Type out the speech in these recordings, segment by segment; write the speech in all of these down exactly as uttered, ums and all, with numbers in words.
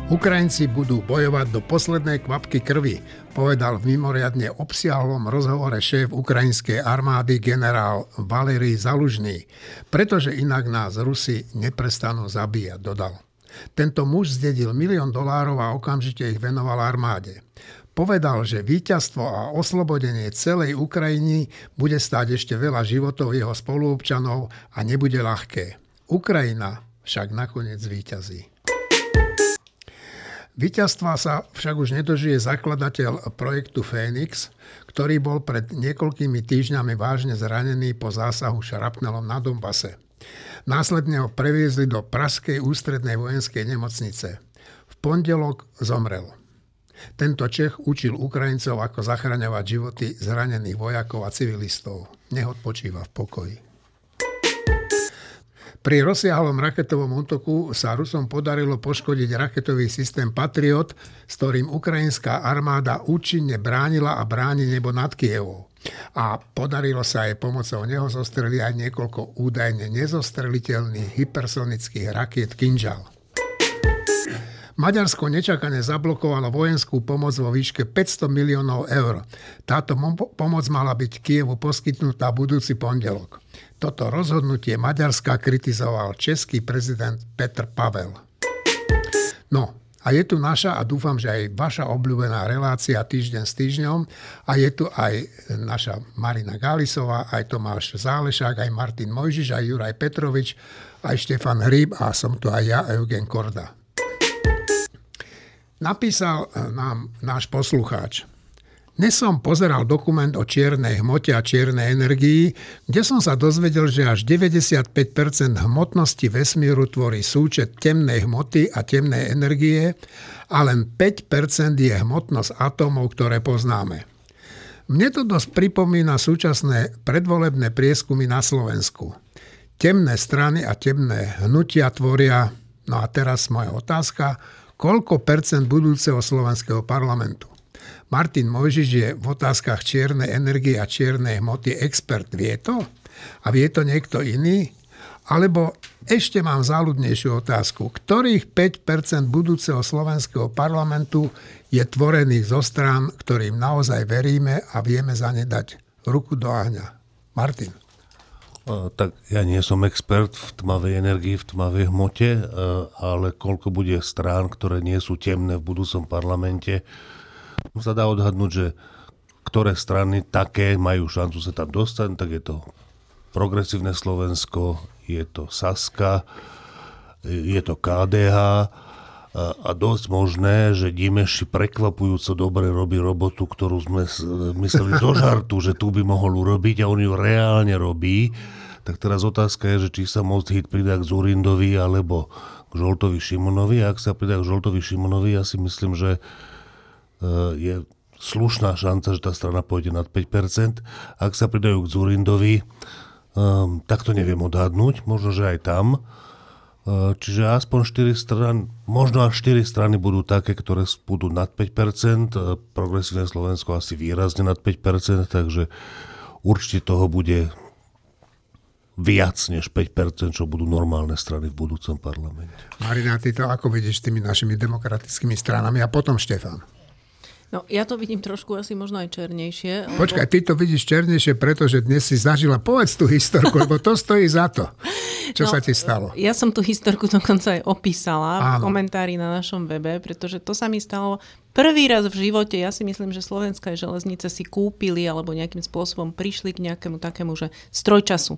Ukrajinci budú bojovať do poslednej kvapky krvi, povedal v mimoriadne obsiahlom rozhovore šéf ukrajinskej armády generál Valerij Zalužný, pretože inak nás Rusi neprestanú zabíjať, dodal. Tento muž zdedil milión dolárov a okamžite ich venoval armáde. Povedal, že víťazstvo a oslobodenie celej Ukrajiny bude stáť ešte veľa životov jeho spoluobčanov a nebude ľahké. Ukrajina však nakoniec víťazí. Víťazstva sa však už nedožije zakladateľ projektu Fénix, ktorý bol pred niekoľkými týždňami vážne zranený po zásahu šrapnelom na Donbase. Následne ho previezli do Pražskej ústrednej vojenskej nemocnice. V pondelok zomrel. Tento Čech učil Ukrajincov, ako zachraňovať životy zranených vojakov a civilistov. Nech odpočíva v pokoji. Pri rozsiahlom raketovom útoku sa Rusom podarilo poškodiť raketový systém Patriot, s ktorým ukrajinská armáda účinne bránila a bráni nebo nad Kyjevom. A podarilo sa jej pomocou neho zostreliť aj niekoľko údajne nezostreliteľných hypersonických rakiet Kinžal. Maďarsko nečakane zablokovalo vojenskú pomoc vo výške päťsto miliónov eur. Táto pomoc mala byť Kyjevu poskytnutá budúci pondelok. Toto rozhodnutie Maďarska kritizoval český prezident Petr Pavel. No, a je tu naša a dúfam, že aj vaša obľúbená relácia Týždeň s týždňom a je tu aj naša Marina Gálisová, aj Tomáš Zálešák, aj Martin Mojžiš, aj Juraj Petrovič, aj Štefan Hríb a som tu aj ja, Eugen Korda. Napísal nám náš poslucháč. Dnes som pozeral dokument o čiernej hmote a čiernej energii, kde som sa dozvedel, že až deväťdesiatpäť percent hmotnosti vesmíru tvorí súčet temnej hmoty a temnej energie a len päť percent je hmotnosť atómov, ktoré poznáme. Mne to dosť pripomína súčasné predvolebné prieskumy na Slovensku. Temné strany a temné hnutia tvoria, no a teraz moja otázka, koľko percent budúceho slovenského parlamentu? Martin Mojžiš je v otázkach čiernej energie a čiernej hmoty expert. Vie to? A vie to niekto iný? Alebo ešte mám záľudnejšiu otázku. Ktorých päť percent budúceho slovenského parlamentu je tvorených zo strán, ktorým naozaj veríme a vieme za ne dať ruku do ohňa? Martin. Tak ja nie som expert v tmavej energii, v tmavej hmote, ale koľko bude strán, ktoré nie sú temné v budúcom parlamente, sa dá odhadnúť, že ktoré strany také majú šancu sa tam dostať, tak je to Progresívne Slovensko, je to Saska, je to ká dé há a dosť možné, že Dimeši prekvapujúco dobre robí robotu, ktorú sme mysleli do žartu, že tu by mohol urobiť a on ju reálne robí. Tak teraz otázka je, že či sa Most Hit pridá k Dzurindovi alebo k Žoltovi Šimonovi. A ak sa pridá k Žoltovi Šimonovi, ja si myslím, že je slušná šanca, že tá strana pôjde nad päť percent. Ak sa pridajú k Dzurindovi, tak to neviem odhadnúť. Možno, že aj tam. Čiže aspoň štyri strany, možno až štyri strany budú také, ktoré budú nad päť percent. Progresívne Slovensko asi výrazne nad päť percent, takže určite toho bude viac než päť percent, čo budú normálne strany v budúcom parlamente. Marina, ty to ako vidíš s tými našimi demokratickými stranami? A potom Štefan. No, ja to vidím trošku asi možno aj černejšie. Lebo... Počkaj, ty to vidíš černejšie, pretože dnes si zažila, povedz tú historku, lebo to stojí za to. Čo no, sa ti stalo? Ja som tú historku dokonca aj opísala Áno. v komentári na našom webe, pretože to sa mi stalo prvý raz v živote. Ja si myslím, že Slovenské železnice si kúpili alebo nejakým spôsobom prišli k nejakému takému, že strojčasu.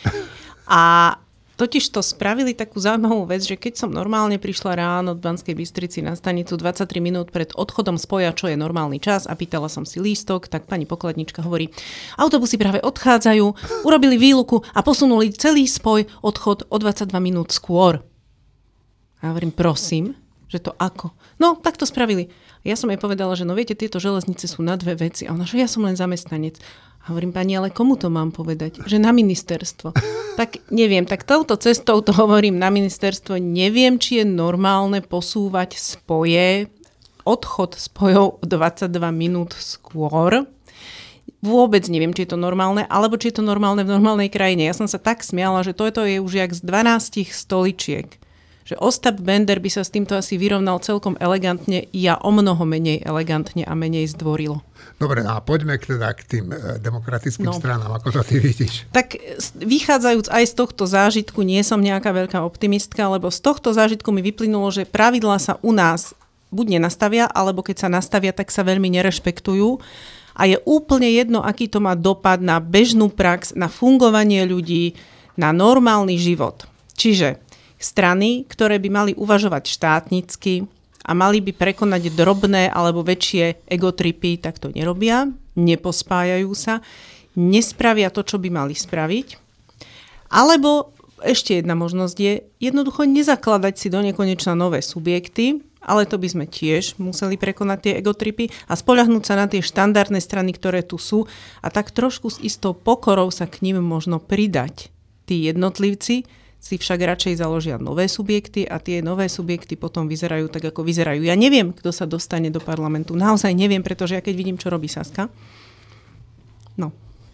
A totiž to spravili takú zaujímavú vec, že keď som normálne prišla ráno v Banskej Bystrici na stanicu dvadsaťtri minút pred odchodom spoja, čo je normálny čas, a pýtala som si lístok, tak pani pokladnička hovorí, autobusy práve odchádzajú, urobili výluku a posunuli celý spoj odchod o dvadsaťdva minút skôr. A hovorím, prosím, že to ako? No, tak to spravili. Ja som jej povedala, že no viete, tieto železnice sú na dve veci. A ona, že ja som len zamestnanec. A hovorím, pani, ale komu to mám povedať? Že na ministerstvo. Tak neviem, tak touto cestou to hovorím na ministerstvo. Neviem, či je normálne posúvať spoje, odchod spojov dvadsaťdva minút skôr. Vôbec neviem, či je to normálne, alebo či je to normálne v normálnej krajine. Ja som sa tak smiala, že toto je už jak z dvanástich stoličiek. že Ostap Bender by sa s týmto asi vyrovnal celkom elegantne, ja o mnoho menej elegantne a menej zdvorilo. Dobre, no a poďme k, teda, k tým demokratickým no. stranám, ako to ty vidíš. Tak vychádzajúc aj z tohto zážitku, nie som nejaká veľká optimistka, lebo z tohto zážitku mi vyplynulo, že pravidlá sa u nás buď nenastavia, alebo keď sa nastavia, tak sa veľmi nerešpektujú. A je úplne jedno, aký to má dopad na bežnú prax, na fungovanie ľudí, na normálny život. Čiže strany, ktoré by mali uvažovať štátnicky a mali by prekonať drobné alebo väčšie egotripy, tak to nerobia, nepospájajú sa, nespravia to, čo by mali spraviť. Alebo ešte jedna možnosť je jednoducho nezakladať si do nekonečna nové subjekty, ale to by sme tiež museli prekonať tie egotripy a spoľahnúť sa na tie štandardné strany, ktoré tu sú a tak trošku s istou pokorou sa k nim možno pridať. Tí jednotlivci si však radšej založia nové subjekty a tie nové subjekty potom vyzerajú tak, ako vyzerajú. Ja neviem, kto sa dostane do parlamentu. Naozaj neviem, pretože ja keď vidím, čo robí Saska. No.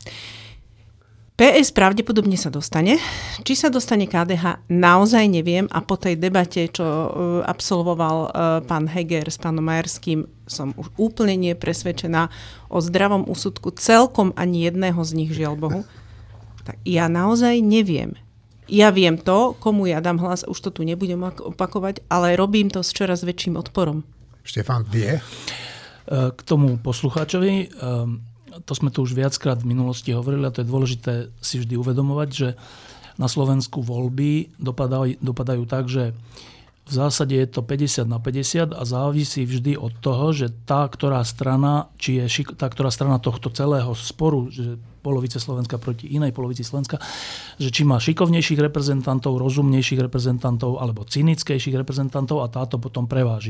pé es pravdepodobne sa dostane. Či sa dostane ká dé há, naozaj neviem a po tej debate, čo absolvoval pán Heger s pánom Majerským, som už úplne nie presvedčená o zdravom úsudku celkom ani jedného z nich, žiaľ Bohu. Tak ja naozaj neviem. Ja viem to, komu ja dám hlas, už to tu nebudem opakovať, ale robím to s čoraz väčším odporom. Štefán vie? K tomu poslucháčovi, to sme tu už viackrát v minulosti hovorili a to je dôležité si vždy uvedomovať, že na Slovensku voľby dopadajú, dopadajú tak, že v zásade je to päťdesiat na päťdesiat a závisí vždy od toho, že tá, ktorá strana, či je šik- tá, ktorá strana tohto celého sporu, že polovice Slovenska proti inej polovici Slovenska, že či má šikovnejších reprezentantov, rozumnejších reprezentantov alebo cynickejších reprezentantov a táto potom preváži.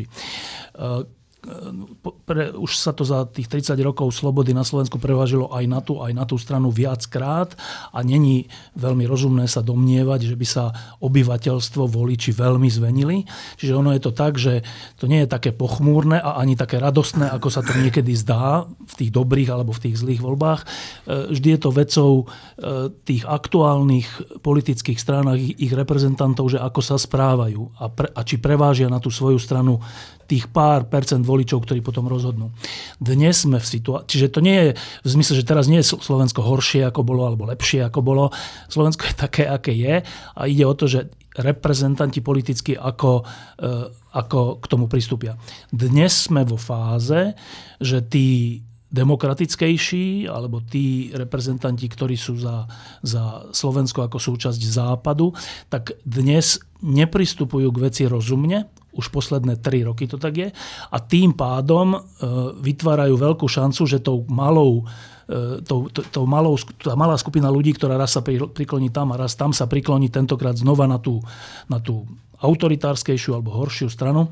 Pre, už sa to za tých tridsať rokov slobody na Slovensku prevážilo aj na tú, aj na tú stranu viackrát a není veľmi rozumné sa domnievať, že by sa obyvateľstvo, voliči veľmi zvenili. Čiže ono je to tak, že to nie je také pochmúrne a ani také radostné, ako sa to niekedy zdá v tých dobrých alebo v tých zlých voľbách. Vždy je to vecou tých aktuálnych politických strán a ich reprezentantov, že ako sa správajú a, pre, a či prevážia na tú svoju stranu tých pár percent voličov, ktorí potom rozhodnú. Dnes sme v situácii, čiže to nie je v zmysle, že teraz nie je Slovensko horšie, ako bolo, alebo lepšie, ako bolo. Slovensko je také, aké je a ide o to, že reprezentanti politicky ako, ako k tomu pristúpia. Dnes sme vo fáze, že tí demokratickejší, alebo tí reprezentanti, ktorí sú za, za Slovensko ako súčasť Západu, tak dnes nepristupujú k veci rozumne, už posledné tri roky to tak je, a tým pádom e, vytvárajú veľkú šancu, že tou malou, e, tou, tou malou, tá malá skupina ľudí, ktorá raz sa prikloní tam a raz tam sa prikloní tentokrát znova na tú, na tú autoritárskejšiu alebo horšiu stranu.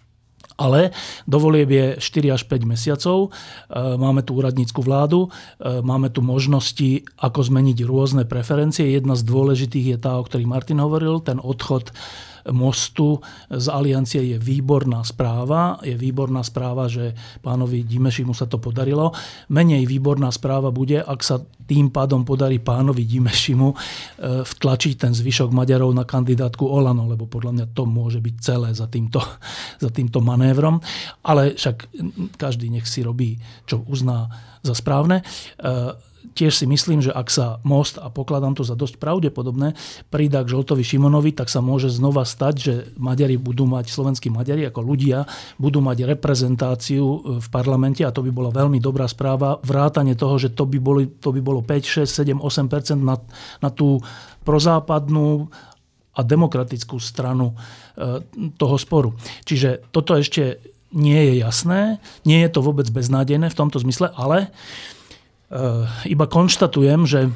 Ale do volieb je štyri až päť mesiacov, máme tu úradnícku vládu, máme tu možnosti, ako zmeniť rôzne preferencie. Jedna z dôležitých je tá, o ktorých Martin hovoril, ten odchod Mostu z aliancie je výborná správa. Je výborná správa, že pánovi Dimešimu sa to podarilo. Menej výborná správa bude, ak sa tým pádom podarí pánovi Dimešimu vtlačiť ten zvyšok Maďarov na kandidátku Olano, lebo podľa mňa to môže byť celé za týmto, za týmto manévrom. Ale však každý nech si robí, čo uzná za správne. Tiež si myslím, že ak sa Most, a pokladám to za dosť pravdepodobné, pridá k Žoltovi Šimonovi, tak sa môže znova stať, že Maďari budú mať, slovenskí Maďari ako ľudia, budú mať reprezentáciu v parlamente a to by bola veľmi dobrá správa. Vrátane toho, že to by, boli, to by bolo päť, šesť, sedem, osem percent na, na tú prozápadnú a demokratickú stranu toho sporu. Čiže toto ešte nie je jasné, nie je to vôbec beznádejné v tomto zmysle, ale iba konštatujem, že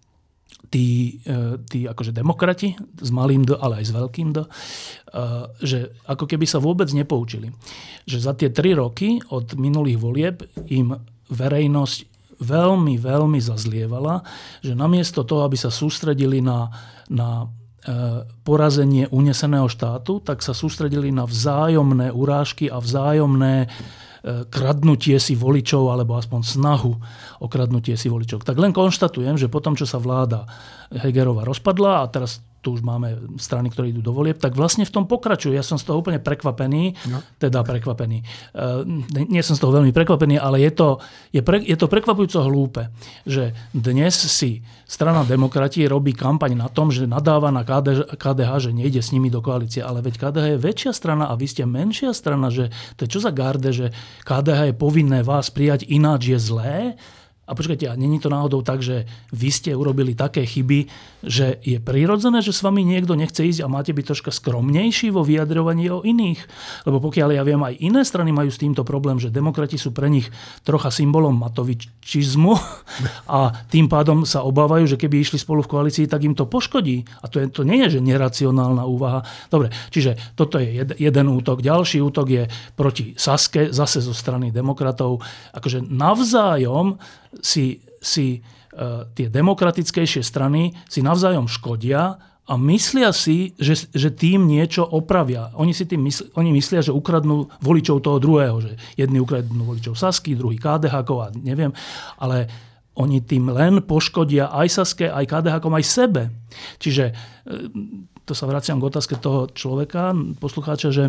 tí, tí akože demokrati s malým D, ale aj s veľkým D, že ako keby sa vôbec nepoučili. Že za tie tri roky od minulých volieb im verejnosť veľmi, veľmi zazlievala, že namiesto toho, aby sa sústredili na, na porazenie uneseného štátu, tak sa sústredili na vzájomné urážky a vzájomné kradnutie si voličov, alebo aspoň snahu o kradnutie si voličov. Tak len konštatujem, že potom, čo sa vláda Hegerova rozpadla a teraz tu už máme strany, ktoré idú do volieb, tak vlastne v tom pokračujú. Ja som z toho úplne prekvapený, no. teda prekvapený. Uh, nie som z toho veľmi prekvapený, ale je to, je, pre, je to prekvapujúco hlúpe, že dnes si strana Demokrati robí kampaň na tom, že nadáva na ká dé há, že nejde s nimi do koalície, ale veď ká dé há je väčšia strana a vy ste menšia strana, že to je čo za garde, že ká dé há je povinné vás prijať, ináč je zlé. A počkajte, a není to náhodou tak, že vy ste urobili také chyby, že je prirodzené, že s vami niekto nechce ísť a máte byť troška skromnejší vo vyjadrovaní o iných? Lebo pokiaľ ja viem, aj iné strany majú s týmto problém, že demokrati sú pre nich trocha symbolom matovičizmu a tým pádom sa obávajú, že keby išli spolu v koalícii, tak im to poškodí. A to, je, to nie je, že neracionálna úvaha. Dobre, čiže toto je jed, jeden útok. Ďalší útok je proti Saske, zase zo strany demokratov. Akože navzájom si, si uh, tie demokratickejšie strany si navzájom škodia a myslia si, že, že tým niečo opravia. Oni si tým mysl, oni myslia, že ukradnú voličov toho druhého. Že jedni ukradnú voličov Sasky, druhý ká dé hákov a neviem. Ale oni tým len poškodia aj Saske, aj ká dé hákom, aj sebe. Čiže to sa vraciam k otázke toho človeka, poslucháča, že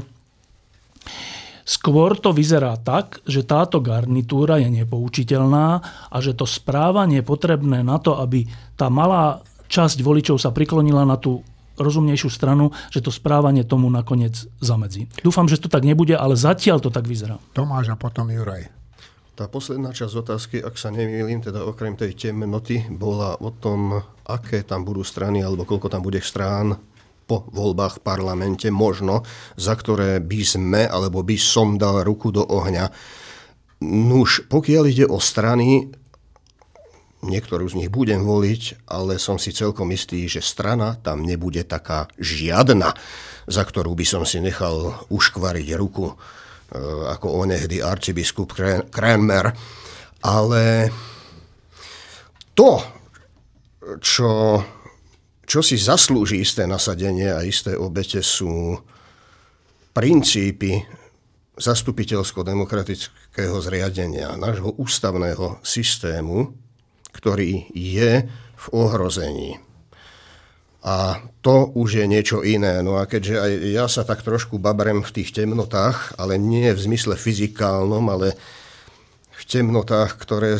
skôr to vyzerá tak, že táto garnitúra je nepoučiteľná a že to správanie je potrebné na to, aby tá malá časť voličov sa priklonila na tú rozumnejšiu stranu, že to správanie tomu nakoniec zamedzí. Dúfam, že to tak nebude, ale zatiaľ to tak vyzerá. Tomáš a potom Juraj. Tá posledná časť otázky, ak sa nemýlim, teda okrem tej temnoty, bola o tom, aké tam budú strany alebo koľko tam bude strán po voľbách v parlamente, možno, za ktoré by sme, alebo by som dal ruku do ohňa. Nuž, pokiaľ ide o strany, niektorú z nich budem voliť, ale som si celkom istý, že strana tam nebude taká žiadna, za ktorú by som si nechal uškvariť ruku, ako onehdy arcibiskup Cranmer. Ale to, čo... Čo si zaslúži isté nasadenie a isté obete, sú princípy zastupiteľsko-demokratického zriadenia nášho ústavného systému, ktorý je v ohrození. A to už je niečo iné. No a keďže aj ja sa tak trošku babrem v tých temnotách, ale nie v zmysle fyzikálnom, ale v temnotách, ktoré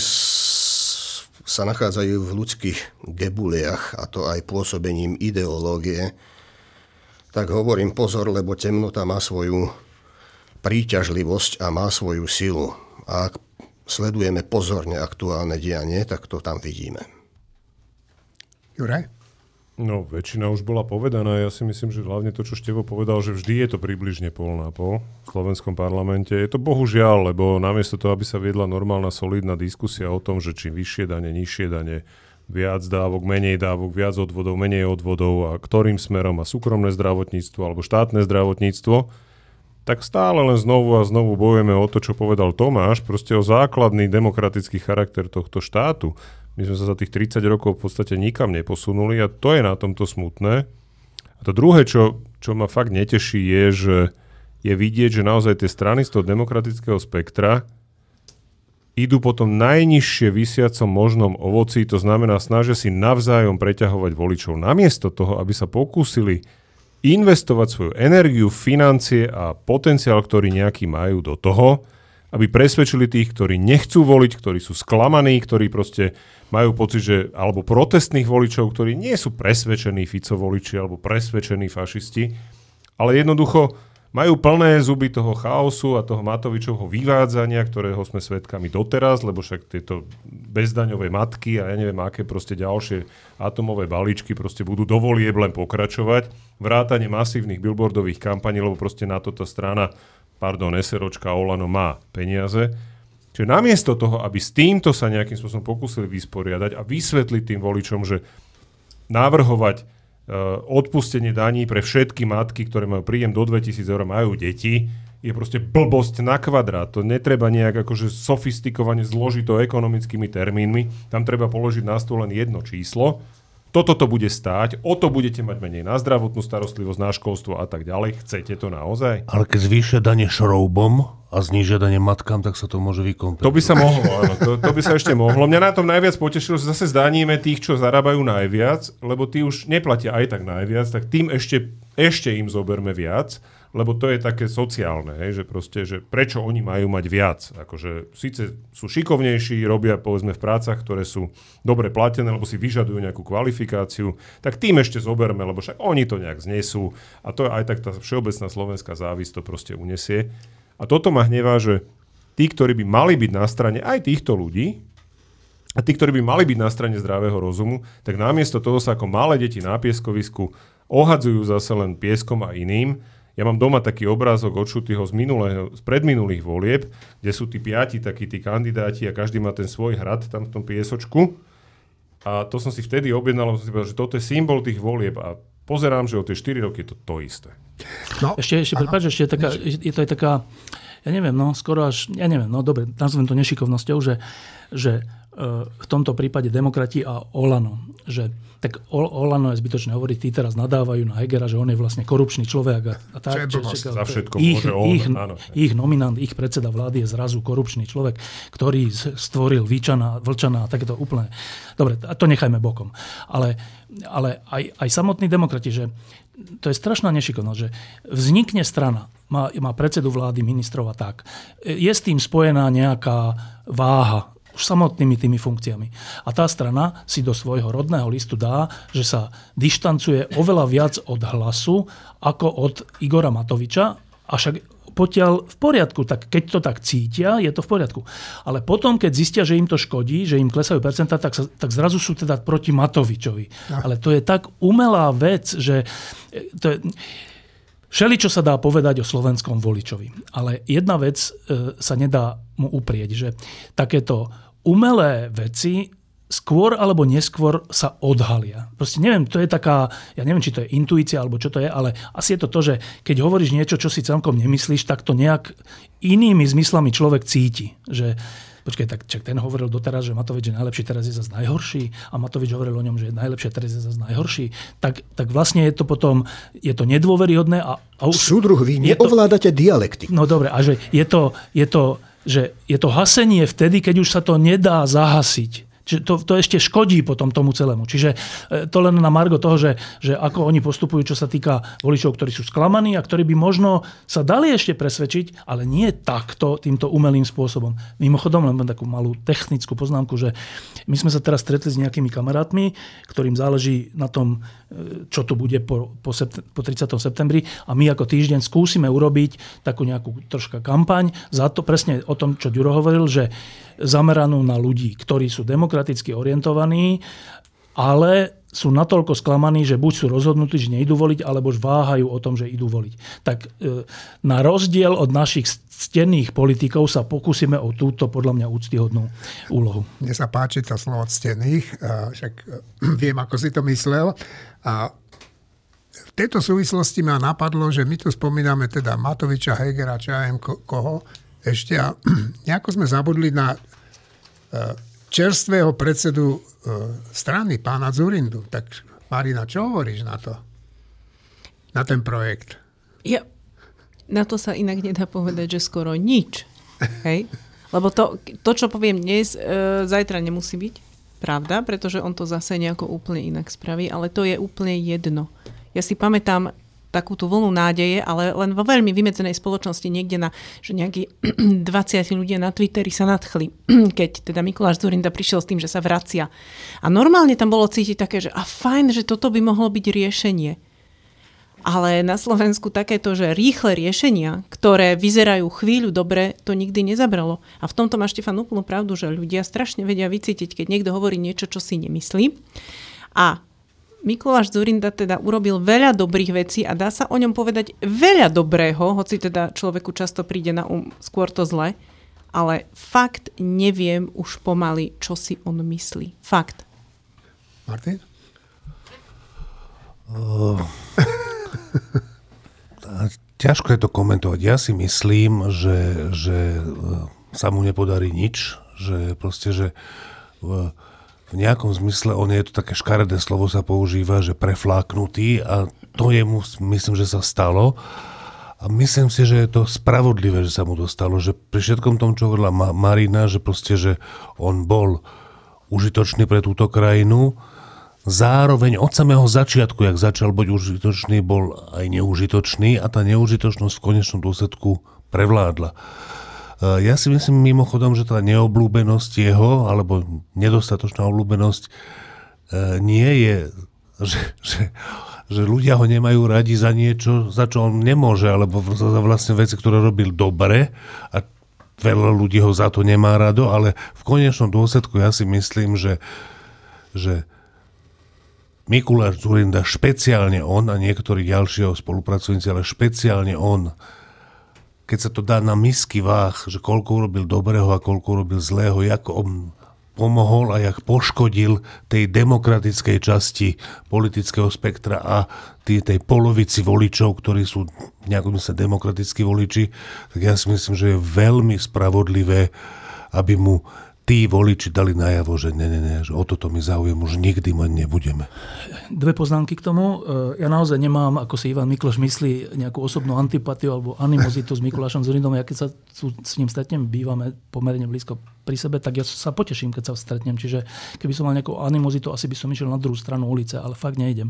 sa nachádzajú v ľudských gebuliach, a to aj pôsobením ideológie, tak hovorím pozor, lebo temnota má svoju príťažlivosť a má svoju silu. A ak sledujeme pozorne aktuálne dianie, tak to tam vidíme. Juraj? No, väčšina už bola povedaná. Ja si myslím, že hlavne to, čo Števo povedal, že vždy je to približne pol na pol v slovenskom parlamente. Je to bohužiaľ, lebo namiesto toho, aby sa viedla normálna, solidná diskusia o tom, že či vyššie dane, nižšie dane, viac dávok, menej dávok, viac odvodov, menej odvodov a ktorým smerom a súkromné zdravotníctvo alebo štátne zdravotníctvo, tak stále len znovu a znovu bojujeme o to, čo povedal Tomáš, proste o základný demokratický charakter tohto štátu. My sme sa za tých tridsať rokov v podstate nikam neposunuli a to je na tomto smutné. A to druhé, čo, čo ma fakt neteší, je, že je vidieť, že naozaj tie strany z toho demokratického spektra idú po tom najnižšie visiacom možnom ovoci, to znamená, snažia si navzájom preťahovať voličov. Namiesto toho, aby sa pokúsili investovať svoju energiu, financie a potenciál, ktorý nejaký majú do toho, aby presvedčili tých, ktorí nechcú voliť, ktorí sú sklamaní, ktorí proste majú pocit, že alebo protestných voličov, ktorí nie sú presvedčení Fico voliči alebo presvedčení fašisti, ale jednoducho majú plné zuby toho chaosu a toho Matovičovho vyvádzania, ktorého sme svedkami doteraz, lebo však tieto bezdaňové matky a ja neviem aké proste ďalšie atomové balíčky proste budú do volieb len pokračovať. Vrátanie masívnych billboardových kampaní, lebo proste na toto strana, pardon, SROčka Olano má peniaze. Čiže namiesto toho, aby s týmto sa nejakým spôsobom pokúsili vysporiadať a vysvetliť tým voličom, že navrhovať uh, odpustenie daní pre všetky matky, ktoré majú príjem do dvetisíc eur, majú deti, je proste blbosť na kvadrát. To netreba nejak akože sofistikovane zložito ekonomickými termínmi. Tam treba položiť na stôl len jedno číslo toto to bude stáť, o to budete mať menej na zdravotnú starostlivosť, na školstvo a tak ďalej. Chcete to naozaj? Ale keď zvýšia dane šroubom a znížia dane matkám, tak sa to môže vykompenzovať. To by sa mohlo, áno. To, to by sa ešte mohlo. Mňa na tom najviac potešilo, že zase zdaníme tých, čo zarábajú najviac, lebo tí už neplatia aj tak najviac, tak tým ešte, ešte im zoberme viac, lebo to je také sociálne, hej, že proste, že prečo oni majú mať viac. Akože síce sú šikovnejší, robia povedzme v prácach, ktoré sú dobre platené, lebo si vyžadujú nejakú kvalifikáciu, tak tým ešte zoberme, lebo však oni to nejak znesú a to aj tak tá všeobecná slovenská závisť to proste unesie. A toto ma hnevá, že tí, ktorí by mali byť na strane aj týchto ľudí a tí, ktorí by mali byť na strane zdravého rozumu, tak namiesto toho sa ako malé deti na pieskovisku ohadzujú zase len pieskom a iným. Ja mám doma taký obrázok odšutýho z, minulého, z predminulých volieb, kde sú tí piati takí tí kandidáti a každý má ten svoj hrad tam v tom piesočku. A to som si vtedy objednal, som si povedal, že toto je symbol tých volieb a pozerám, že o tie štyri roky je to to isté. No, ešte, ešte prepáč, ešte je, taká, je to aj taká, ja neviem, no skoro až, ja neviem, no dobre, nazvem to nešikovnosťou, že, že v tomto prípade demokrati a Olano, že tak Olano je zbytočné hovoriť, tí teraz nadávajú na Hegera, že on je vlastne korupčný človek a, a tak. Čo je za všetko ich, môže on, ich, ich nominant, ich predseda vlády je zrazu korupčný človek, ktorý stvoril Víčana, Vlčana a takéto úplne. Dobre, to nechajme bokom. Ale, ale aj, aj samotní demokrati, že to je strašná nešikovnosť, že vznikne strana, má, má predsedu vlády, ministrov a tak. Je s tým spojená nejaká váha, už samotnými tými funkciami. A tá strana si do svojho rodného listu dá, že sa dištancuje oveľa viac od Hlasu ako od Igora Matoviča, a však potiaľ v poriadku, tak keď to tak cítia, je to v poriadku. Ale potom, keď zistia, že im to škodí, že im klesajú percentá, tak, sa, tak zrazu sú teda proti Matovičovi. Ja. Ale to je tak umelá vec, že to je... Všeličo sa dá povedať o slovenskom voličovi. Ale jedna vec e, sa nedá mu uprieť, že takéto umelé veci skôr alebo neskôr sa odhalia. Proste neviem, to je taká, ja neviem, či to je intuícia alebo čo to je, ale asi je to to, že keď hovoríš niečo, čo si celkom nemyslíš, tak to nejak inými zmyslami človek cíti. Že počkaj, tak čak ten hovoril doteraz, že Matovič je najlepší, teraz je zase najhorší a Matovič hovoril o ňom, že je najlepší, teraz je zase najhorší. Tak, tak vlastne je to potom, je to nedôveryhodné. A, a už, Súdruh, vy neovládate to, dialekty. No dobre, a že je to, je to, že je to hasenie vtedy, keď už sa to nedá zahasiť. Čiže to, to ešte škodí potom tomu celému. Čiže to len na margo toho, že, že ako oni postupujú, čo sa týka voličov, ktorí sú sklamaní a ktorí by možno sa dali ešte presvedčiť, ale nie takto, týmto umelým spôsobom. Mimochodom, len takú malú technickú poznámku, že my sme sa teraz stretli s nejakými kamarátmi, ktorým záleží na tom, čo tu bude po, po, sept, po tridsiatom septembri a my ako týždeň skúsime urobiť takú nejakú troška kampaň za to, presne o tom, čo Ďuro hovoril, že zameranú na ľudí, ktorí sú demokraticky orientovaní, ale sú natoľko sklamaní, že buď sú rozhodnutí, že neidú voliť, alebo už váhajú o tom, že idú voliť. Tak na rozdiel od našich ctených politikov sa pokúsime o túto, podľa mňa, úctyhodnú úlohu. Mne sa páči to slovo ctených, však viem, ako si to myslel. A v tejto súvislosti ma napadlo, že my tu spomíname teda Matoviča, Hegera, čo ja viem koho, ešte a nejako sme zabudli na čerstvého predsedu strany, pána Dzurindu. Tak Marina, čo hovoríš na to? Na ten projekt? Ja, na to sa inak nedá povedať, že skoro nič. Hej? Lebo to, to, čo poviem dnes, e, zajtra nemusí byť pravda, pretože on to zase nejako úplne inak spraví, ale to je úplne jedno. Ja si pamätám takúto vlnu nádeje, ale len vo veľmi vymedzenej spoločnosti niekde na, že nejakí dvadsať ľudia na Twitteri sa nadchli, keď teda Mikuláš Dzurinda prišiel s tým, že sa vracia. A normálne tam bolo cítiť také, že a fajn, že toto by mohlo byť riešenie. Ale na Slovensku takéto, že rýchle riešenia, ktoré vyzerajú chvíľu dobre, to nikdy nezabralo. A v tomto má Štefan úplnú pravdu, že ľudia strašne vedia vycítiť, keď niekto hovorí niečo, čo si nemyslí. A Mikuláš Dzurinda teda urobil veľa dobrých vecí a dá sa o ňom povedať veľa dobrého, hoci teda človeku často príde na um skôr to zle, ale fakt neviem už pomaly, čo si on myslí. Fakt. Martin? Uh, ťažko je to komentovať. Ja si myslím, že, že sa mu nepodarí nič, že proste, že uh, v nejakom zmysle, on je to také škaredé slovo sa používa, že prefláknutý a to jemu, myslím, že sa stalo. A myslím si, že je to spravodlivé, že sa mu to stalo, že pri všetkom tom, čo hovorila Marina, že proste, že on bol užitočný pre túto krajinu, zároveň od samého začiatku, jak začal byť užitočný, bol aj neužitočný a tá neužitočnosť v konečnom dôsledku prevládla. Ja si myslím mimochodom, že tá neobľúbenosť jeho, alebo nedostatočná obľúbenosť nie je, že, že, že ľudia ho nemajú radi za niečo, za čo on nemôže, alebo za vlastne veci, ktoré robil dobre a veľa ľudí ho za to nemá rado, ale v konečnom dôsledku ja si myslím, že, že Mikuláš Dzurinda, špeciálne on a niektorí ďalší spolupracujúci, ale špeciálne on, keď sa to dá na misky váh, že koľko urobil dobrého a koľko urobil zlého, ako on pomohol a jak poškodil tej demokratickej časti politického spektra a tý, tej polovici voličov, ktorí sú nejakom sa demokratickí voliči, tak ja si myslím, že je veľmi spravodlivé, aby mu tí voliči dali najavo, že ne, ne, ne, že o toto mi záujem už nikdy mať nebudeme. Dve poznámky k tomu. Ja naozaj nemám, ako si Ivan Mikloš myslí, nejakú osobnú antipatiu alebo animozitu s Mikulášom Dzurindom. Ja keď sa s ním stretnem, bývame pomerne blízko pri sebe, tak ja sa poteším, keď sa stretnem. Čiže keby som mal nejakú animozitu, asi by som išiel na druhú stranu ulice, ale fakt nejdem.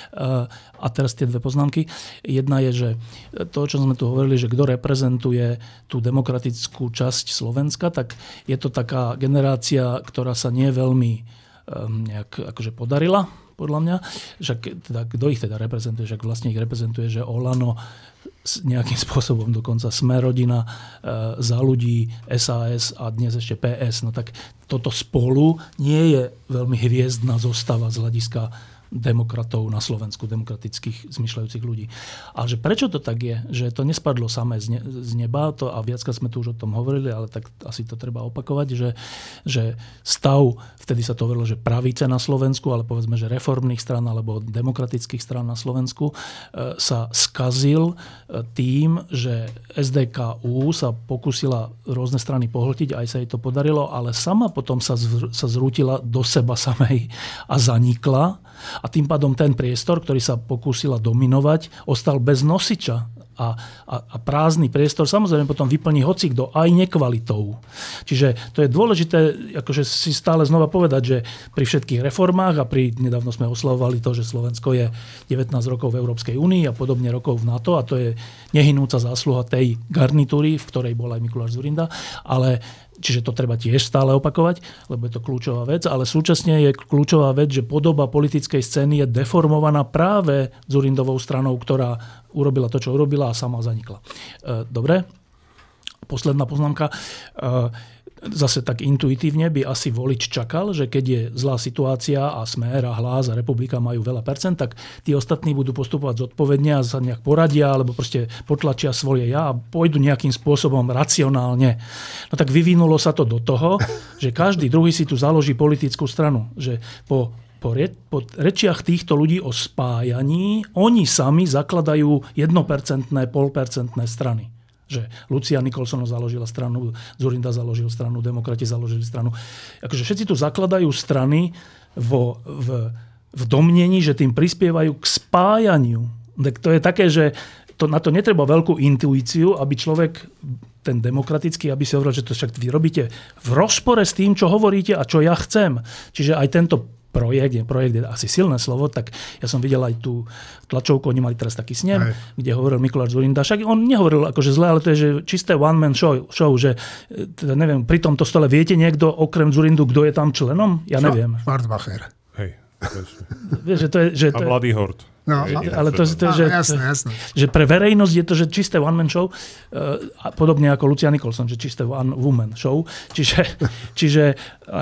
A teraz tie dve poznámky. Jedna je, že to, čo sme tu hovorili, že kto reprezentuje tú demokratickú časť Slovenska, tak je to taká generácia, ktorá sa nie veľmi um, nejak akože podarila, podľa mňa. Že, teda, kto ich teda reprezentuje? Že vlastne ich reprezentuje, že Olano nejakým spôsobom, dokonca Sme rodina, e, Za ľudí, es a es a dnes ešte pé es. No tak toto spolu nie je veľmi hviezdna zostava z hľadiska demokratov na Slovensku, demokratických zmyšľajúcich ľudí. Ale že prečo to tak je? Že to nespadlo samé z, ne, z neba, to, a viackrát sme tu už o tom hovorili, ale tak asi to treba opakovať, že, že stav, vtedy sa to hovorilo, že pravice na Slovensku, ale povedzme, že reformných strán alebo demokratických strán na Slovensku e, sa skazil tým, že es dé ká ú sa pokúsila rôzne strany pohltiť, aj sa jej to podarilo, ale sama potom sa, zv, sa zrútila do seba samej a zanikla. A tým pádom ten priestor, ktorý sa pokúsila dominovať, ostal bez nosiča. A, a, a prázdny priestor samozrejme potom vyplní hocikdo aj nekvalitou. Čiže to je dôležité akože si stále znova povedať, že pri všetkých reformách a pri, nedávno sme oslavovali to, že Slovensko je devätnásť rokov v Európskej únii a podobne rokov v NATO a to je nehynúca zásluha tej garnitúry, v ktorej bol aj Mikuláš Dzurinda, ale čiže to treba tiež stále opakovať, lebo je to kľúčová vec, ale súčasne je kľúčová vec, že podoba politickej scény je deformovaná práve Dzurindovou stranou, ktorá urobila to, čo urobila a sama zanikla. Dobre? Posledná poznámka. Zase tak intuitívne by asi volič čakal, že keď je zlá situácia a Smer a Hlas a Republika majú veľa percent, tak tí ostatní budú postupovať zodpovedne a sa nejak poradia alebo proste potlačia svoje ja a pôjdu nejakým spôsobom racionálne. No tak vyvinulo sa to do toho, že každý druhý si tu založí politickú stranu. Že po Po, re, po rečiach týchto ľudí o spájaní oni sami zakladajú jednopercentné, polpercentné strany. Že Lucia Nicholson založila stranu, Dzurinda založil stranu, demokrati založili stranu. Akože všetci tu zakladajú strany vo, v, v domnení, že tým prispievajú k spájaniu. Tak to je také, že to, na to netreba veľkú intuíciu, aby človek, ten demokratický, aby si hovoril, že to však vy robíte v rozpore s tým, čo hovoríte a čo ja chcem. Čiže aj tento projekt, projekt je asi silné slovo, tak ja som videl aj tú tlačovku, oni mali teraz taký snem, aj, kde hovoril Mikuláš Dzurinda. Však on nehovoril akože zle, ale to je že čisté one-man show, show, že teda neviem, pri tomto stole viete niekto okrem Dzurindu, kto je tam členom? Ja neviem. Schwarzbacher. Hej. Vieš, že to je, že to a Mladý Hort. No, ale to, to, to, že, jasné, jasné. že pre verejnosť je to že čisté one-man show, a podobne ako Lucia Nicholson, že čisté one-woman show. Čiže, čiže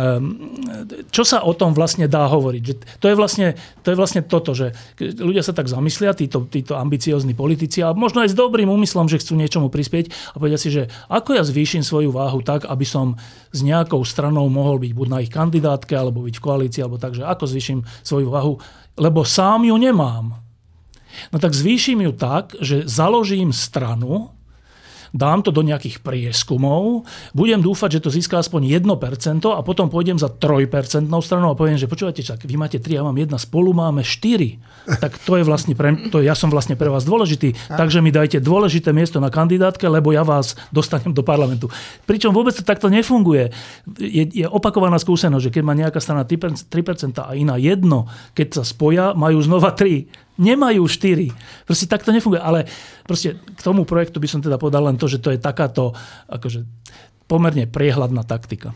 čo sa o tom vlastne dá hovoriť? Že to, je vlastne, to je vlastne toto, že ľudia sa tak zamyslia, títo, títo ambiciózni politici, a možno aj s dobrým úmyslom, že chcú niečomu prispieť a povedia si, že ako ja zvýšim svoju váhu tak, aby som s nejakou stranou mohol byť buď na ich kandidátke, alebo byť v koalícii, alebo tak, že ako zvýšim svoju váhu, lebo sám ju nemám. No tak zvýšim ju tak, že založím stranu, dám to do nejakých prieskumov, budem dúfať, že to získa aspoň jedno percento a potom pôjdem za tri percentnou stranou a poviem, že počúvate, čak, vy máte tri, ja mám jedna, spolu máme štyri. Tak to je vlastne pre, to ja som vlastne pre vás dôležitý, takže mi dajte dôležité miesto na kandidátke, lebo ja vás dostanem do parlamentu. Pričom vôbec to takto nefunguje. Je, je opakovaná skúsenosť, že keď má nejaká strana tri percentá a iná jedno, keď sa spoja, majú znova tri. Nemajú štyri. Proste takto nefunguje. Ale proste k tomu projektu by som teda povedal len to, že to je takáto akože pomerne priehľadná taktika.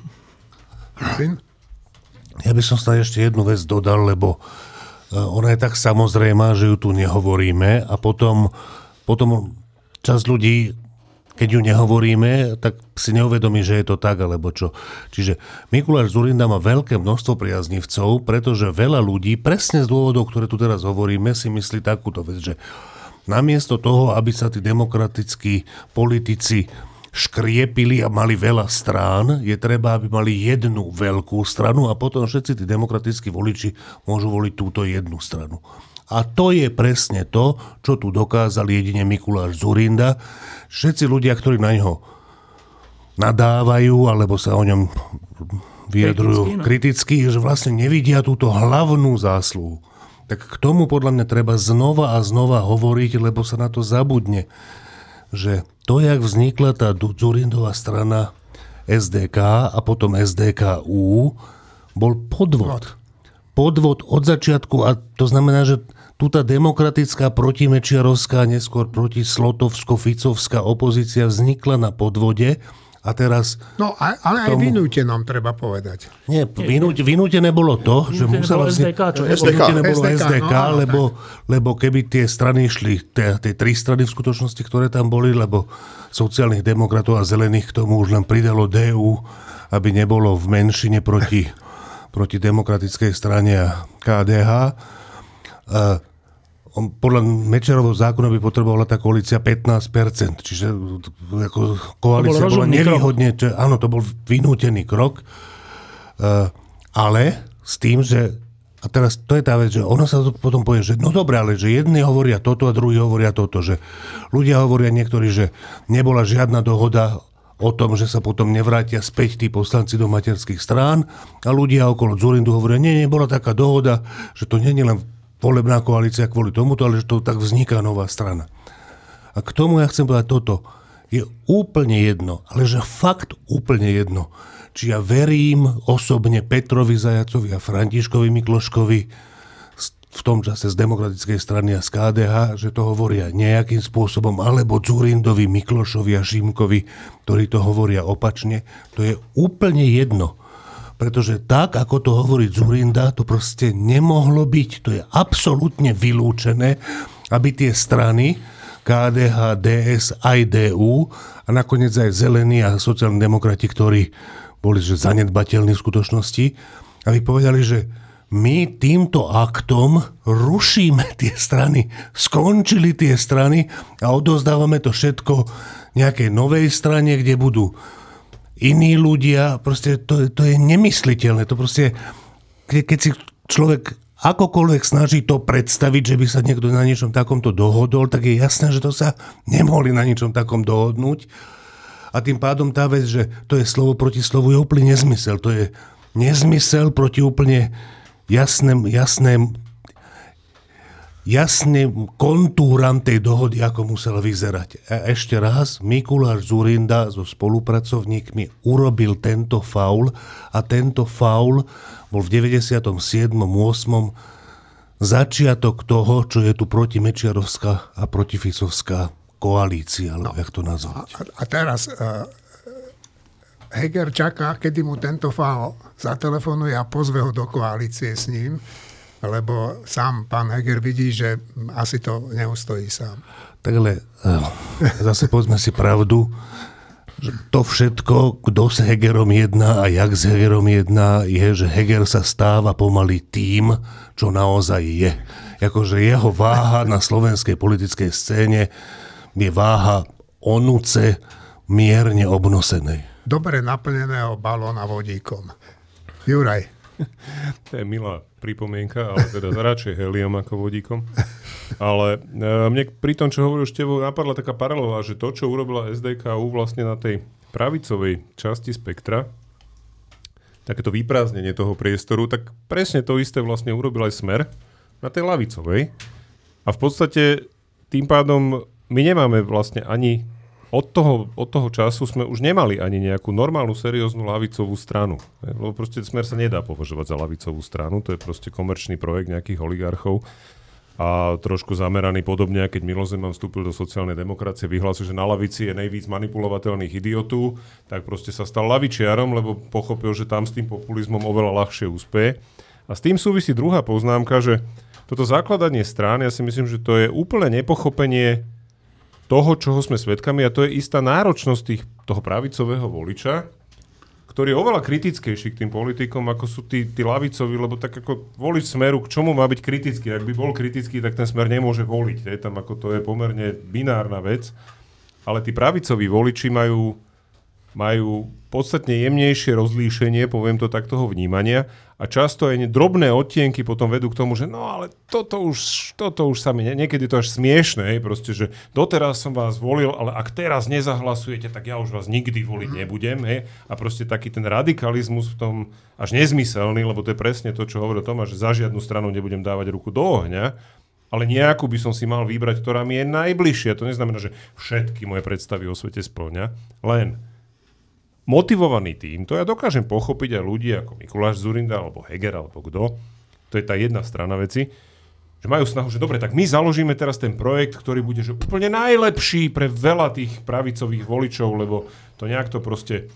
Ja by som snad ešte jednu vec dodal, lebo ona je tak samozrejmá, že ju tu nehovoríme a potom, potom časť ľudí, keď ju nehovoríme, tak si neuvedomí, že je to tak, alebo čo. Čiže Mikuláš Dzurinda má veľké množstvo priaznivcov, pretože veľa ľudí, presne z dôvodov, ktoré tu teraz hovoríme, si myslí takúto vec, že namiesto toho, aby sa tí demokratickí politici škriepili a mali veľa strán, je treba, aby mali jednu veľkú stranu a potom všetci tí demokratickí voliči môžu voliť túto jednu stranu. A to je presne to, čo tu dokázal jedine Mikuláš Dzurinda. Všetci ľudia, ktorí na ňo nadávajú, alebo sa o ňom vyjadrujú kriticky, že vlastne nevidia túto hlavnú zásluhu. Tak k tomu podľa mňa treba znova a znova hovoriť, lebo sa na to zabudne. Že to, jak vznikla tá Dzurindová strana es dé ká a potom es dé ká ú, bol podvod. Podvod od začiatku a to znamená, že tu tá demokratická protimečiarovská, neskôr protislotovsko-ficovská opozícia vznikla na podvode a teraz... No, ale aj tomu... vynútenom, treba povedať. Nie, vynúť, vynútené bolo to, že musela... es dé ká, čo? Vynútené bolo es dé ká, no, lebo, lebo keby tie strany išli, tie, tie tri strany v skutočnosti, ktoré tam boli, lebo sociálnych demokratov a zelených k tomu už len pridalo dé ú, aby nebolo v menšine proti, proti demokratickej strane a ká dé há. Uh, on, podľa Mečiarovho zákona by potrebovala tá koalícia pätnásť percent, čiže ako koalícia bola nevýhodne, čo, áno, to bol vynútený krok, uh, ale s tým, že a teraz to je tá vec, že ono sa to potom povie, že no dobré, ale že jedni hovoria toto a druhí hovoria toto, že ľudia hovoria niektorí, že nebola žiadna dohoda o tom, že sa potom nevrátia späť tí poslanci do materských strán a ľudia okolo Dzurindu hovoria, nie, nebola taká dohoda, že to nie je len volebná koalícia kvôli tomuto, ale že to tak vzniká nová strana. A k tomu ja chcem povedať toto. Je úplne jedno, ale že fakt úplne jedno, či ja verím osobne Petrovi Zajacovi a Františkovi Mikloškovi v tom čase z demokratickej strany a z ká dé há, že to hovoria nejakým spôsobom, alebo Dzurindovi, Miklošovi a Šimkovi, ktorí to hovoria opačne. To je úplne jedno. Pretože tak, ako to hovorí Dzurinda, to proste nemohlo byť. To je absolútne vylúčené, aby tie strany ká dé há, dé es aj dé ú a nakoniec aj zelení a sociálni demokrati, ktorí boli že zanedbateľní v skutočnosti, aby povedali, že my týmto aktom rušíme tie strany, skončili tie strany a odozdávame to všetko nejakej novej strane, kde budú iní ľudia, proste to, to je nemysliteľné. To proste, keď si človek akokoľvek snaží to predstaviť, že by sa niekto na niečom takomto dohodol, tak je jasné, že to sa nemohli na niečom takom dohodnúť. A tým pádom tá vec, že to je slovo proti slovu, je úplne nezmysel. To je nezmysel proti úplne jasným, jasným, jasným kontúram tej dohody, ako musela vyzerať. A ešte raz, Mikuláš Dzurinda so spolupracovníkmi urobil tento faul a tento faul bol v deväťdesiatom siedmom ôsmom začiatok toho, čo je tu protimečiarovská a protificovská koalícia, alebo no, jak to nazvať. A, a teraz uh, Heger čaká, kedy mu tento faul zatelefonuje a pozve ho do koalície s ním, lebo sám pán Heger vidí, že asi to neustojí sám. Tak ale zase povedzme si pravdu, že to všetko, kto s Hegerom jedná a jak s Hegerom jedná, je, že Heger sa stáva pomaly tým, čo naozaj je. Akože jeho váha na slovenskej politickej scéne je váha onuce mierne obnosenej. Dobre naplneného balóna vodíkom. Juraj. To je milá pripomienka, ale teda radšej heliom ako vodíkom. Ale uh, mne pri tom, čo hovoril Števo, napadla taká paralela, že to, čo urobila es dé ká ú vlastne na tej pravicovej časti spektra, takéto vyprázdnenie toho priestoru, tak presne to isté vlastne urobil aj Smer na tej ľavicovej. A v podstate tým pádom my nemáme vlastne ani od toho, od toho času sme už nemali ani nejakú normálnu, serióznu ľavicovú stranu. Lebo proste Smer sa nedá považovať za ľavicovú stranu, to je proste komerčný projekt nejakých oligarchov a trošku zameraný podobne, keď Miloš Zeman vstúpil do sociálnej demokracie, vyhlásil, že na lavici je najvíc manipulovateľných idiotov, tak proste sa stal lavičiarom, lebo pochopil, že tam s tým populizmom oveľa ľahšie úspeje. A s tým súvisí druhá poznámka, že toto zakladanie strán, ja si myslím, že to je úplne nepochopenie toho, čoho sme svedkami, a to je istá náročnosť tých, toho pravicového voliča, ktorý je oveľa kritickejší k tým politikom, ako sú tí, tí lavicoví, lebo tak ako volič Smeru, k čomu má byť kritický? Ak by bol kritický, tak ten Smer nemôže voliť. Je tam ako to je pomerne binárna vec. Ale tí pravicoví voliči majú, majú podstatne jemnejšie rozlíšenie, poviem to tak, toho vnímania, a často aj drobné odtienky potom vedú k tomu, že no ale toto už, toto už sa mi, niekedy to až smiešné, proste, že doteraz som vás volil, ale ak teraz nezahlasujete, tak ja už vás nikdy voliť nebudem. Hej? A proste taký ten radikalizmus v tom až nezmyselný, lebo to je presne to, čo hovoril Tomáš, že za žiadnu stranu nebudem dávať ruku do ohňa, ale nejakú by som si mal vybrať, ktorá mi je najbližšia. To neznamená, že všetky moje predstavy o svete spĺňa, len motivovaný tým, to ja dokážem pochopiť aj ľudí ako Mikuláš Dzurinda, alebo Heger, alebo kto, to je tá jedna strana veci, že majú snahu, že dobre, tak my založíme teraz ten projekt, ktorý bude že úplne najlepší pre veľa tých pravicových voličov, lebo to nejak to proste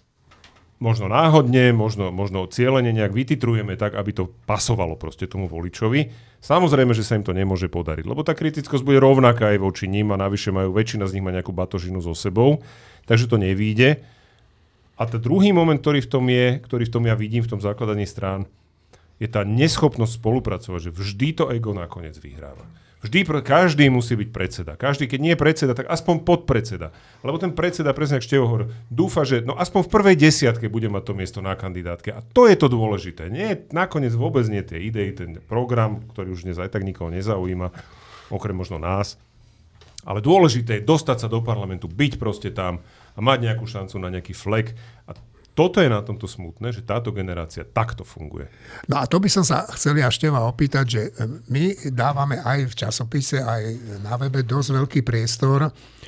možno náhodne, možno, možno cieľene nejak vytitrujeme tak, aby to pasovalo proste tomu voličovi. Samozrejme, že sa im to nemôže podariť, lebo tá kritickosť bude rovnaká aj voči ním a navyše majú, väčšina z nich má nejakú batožinu so sebou, takže to nevíde. A ten druhý moment, ktorý v tom je, ktorý v tom ja vidím, v tom zakladaní strán, je tá neschopnosť spolupracovať, že vždy to ego nakoniec vyhráva. Vždy, každý musí byť predseda. Každý, keď nie je predseda, tak aspoň podpredseda. Lebo ten predseda, presne ako Števo hovorí, dúfa, že no aspoň v prvej desiatke bude mať to miesto na kandidátke. A to je to dôležité. Nie, nakoniec vôbec nie tie idei, ten program, ktorý už dnes aj tak nikoho nezaujíma, okrem možno nás. Ale dôležité je dostať sa do parlamentu, byť proste tam a mať nejakú šancu na nejaký flek. A toto je na tomto smutné, že táto generácia takto funguje. No a to by som sa chcel ja Števa opýtať, že my dávame aj v časopise, aj na webe dosť veľký priestor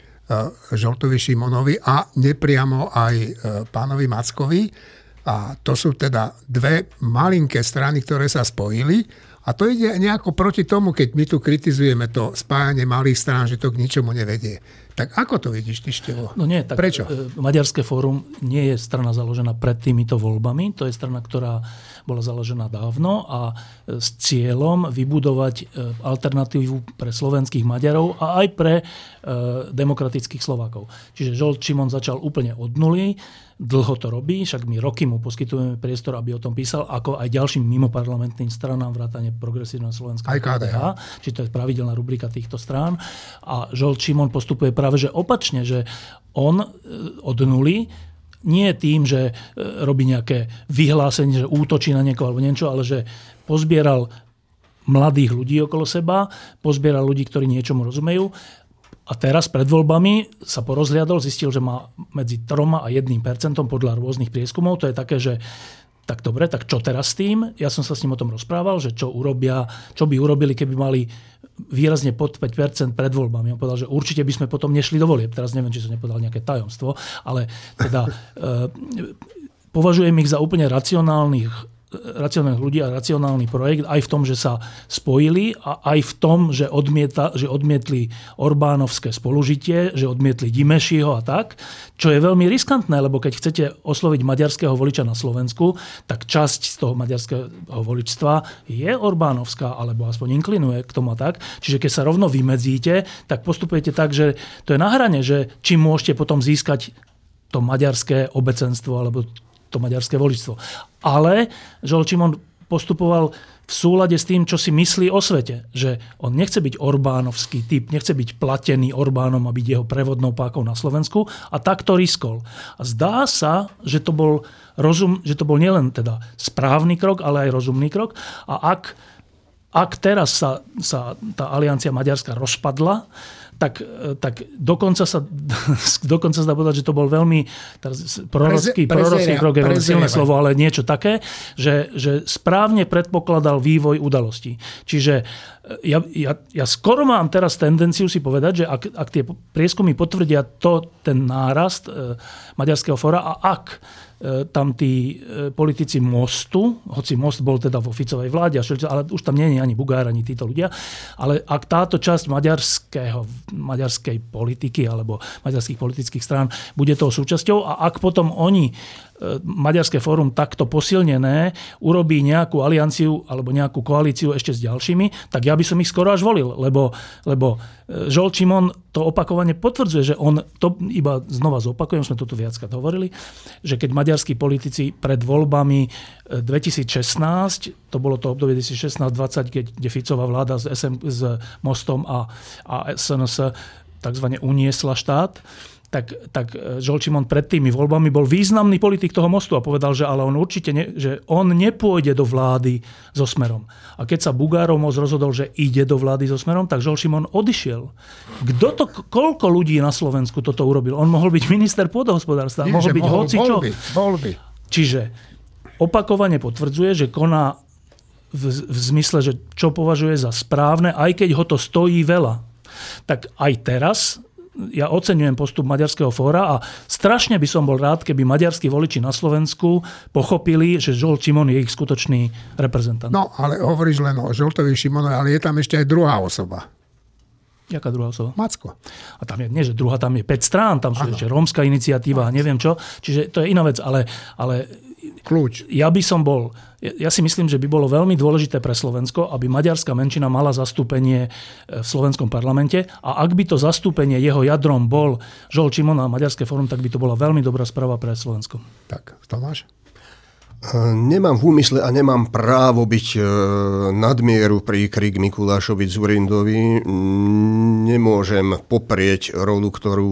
Žoltovi Šimonovi a nepriamo aj pánovi Mackovi. A to sú teda dve malinké strany, ktoré sa spojili. A to ide nejako proti tomu, keď my tu kritizujeme to spájanie malých strán, že to k ničomu nevedie. Tak ako to vidíš ty, Števo? No nie, tak prečo? Maďarské fórum nie je strana založená pred týmito voľbami. To je strana, ktorá bola založená dávno a s cieľom vybudovať alternatívu pre slovenských Maďarov a aj pre e, demokratických Slovákov. Čiže Žolt Šimon začal úplne od nuly, dlho to robí, však my roky mu poskytujeme priestor, aby o tom písal, ako aj ďalším mimoparlamentným stranám vrátane Progresívneho Slovenska. Aj ká dé há. Čiže to je pravidelná rubrika týchto strán. A Žolt Šimon postupuje práve že opačne, že on od nuly nie tým, že robí nejaké vyhlásenie, že útočí na niekoho alebo niečo, ale že pozbieral mladých ľudí okolo seba, pozbieral ľudí, ktorí niečomu rozumejú. A teraz pred voľbami sa porozhliadol, zistil, že má medzi troma a jedným percentom podľa rôznych prieskumov. To je také, že tak dobre, tak čo teraz s tým? Ja som sa s ním o tom rozprával, že čo urobia, čo by urobili, keby mali výrazne pod päť percent pred voľbami. On povedal, že určite by sme potom nešli do volieb. Teraz neviem, či som nepovedal nejaké tajomstvo, ale teda e, považujem ich za úplne racionálnych racionálnych ľudí a racionálny projekt aj v tom, že sa spojili a aj v tom, že, odmieta, že odmietli Orbánovské spolužitie, že odmietli Dimešiho a tak, čo je veľmi riskantné, lebo keď chcete osloviť maďarského voliča na Slovensku, tak časť z toho maďarského voličstva je Orbánovská, alebo aspoň inklinuje k tomu a tak. Čiže keď sa rovno vymedzíte, tak postupujete tak, že to je na hrane, že či môžete potom získať to maďarské obecenstvo alebo to maďarské voličstvo. Ale Žolt Šimon postupoval v súlade s tým, čo si myslí o svete. Že on nechce byť Orbánovský typ, nechce byť platený Orbánom a byť jeho prevodnou pákou na Slovensku a tak to riskol. A zdá sa, že to bol, rozum, že to bol nielen teda správny krok, ale aj rozumný krok. A ak ak teraz sa, sa tá aliancia maďarská rozpadla, tak, tak dokonca sa dokonca sa dá povedať, že to bol veľmi prorocký, prorocký krok, je veľmi silné slovo, ale niečo také, že, že správne predpokladal vývoj udalostí. Čiže ja, ja, ja skoro mám teraz tendenciu si povedať, že ak, ak tie prieskumy potvrdia to, ten nárast e, Maďarského fóra a ak e, tam tí e, politici Mostu, hoci Most bol teda vo Ficovej vláde, ale už tam nie je ani Bugár, ani títo ľudia, ale ak táto časť maďarského, maďarskej politiky alebo maďarských politických strán bude toho súčasťou a ak potom oni Maďarské fórum takto posilnené urobí nejakú alianciu alebo nejakú koalíciu ešte s ďalšími, tak ja by som ich skoro až volil, lebo, lebo Žolt Šimon to opakovane potvrdzuje, že on, to iba znova zopakujem, sme to tu viackrát hovorili, že keď maďarskí politici pred voľbami dvetisícšestnásť, to bolo to obdobie dvetisícšestnásť dvadsať, keď Ficová vláda s, es em, s Mostom a, a es en es takzvané uniesla štát, tak, tak Žolt Šimon pred tými voľbami bol významný politik toho Mostu a povedal, že ale on určite ne, že on nepôjde do vlády so Smerom. A keď sa Bugárov Most rozhodol, že ide do vlády so Smerom, tak Žolt Šimon odišiel. Kto to, koľko ľudí na Slovensku toto urobil? On mohol byť minister pôdohospodárstva, Nie, mohol byť mohol, hocičo. Bol by, bol by. Čiže opakovane potvrdzuje, že koná v, v zmysle, že čo považuje za správne, aj keď ho to stojí veľa. Tak aj teraz ja oceňujem postup Maďarského fóra a strašne by som bol rád, keby maďarskí voliči na Slovensku pochopili, že Žolt Šimon je ich skutočný reprezentant. No, ale hovoríš len o Žoltovi Šimonovi, ale je tam ešte aj druhá osoba. Jaká druhá osoba? Macko. A tam je, nie, že druhá, tam je päť strán, tam sú ano. Ešte rómska iniciatíva a neviem čo. Čiže to je iná vec, ale, ale kľúč. Ja by som bol, ja si myslím, že by bolo veľmi dôležité pre Slovensko, aby maďarská menšina mala zastúpenie v slovenskom parlamente a ak by to zastúpenie jeho jadrom bol Žolt Šimon a Maďarské fórum, tak by to bola veľmi dobrá správa pre Slovensko. Tak, Tomáš? Nemám v úmysle a nemám právo byť nadmieru príkry k Mikulášovi Dzurindovi. Nemôžem poprieť rolu, ktorú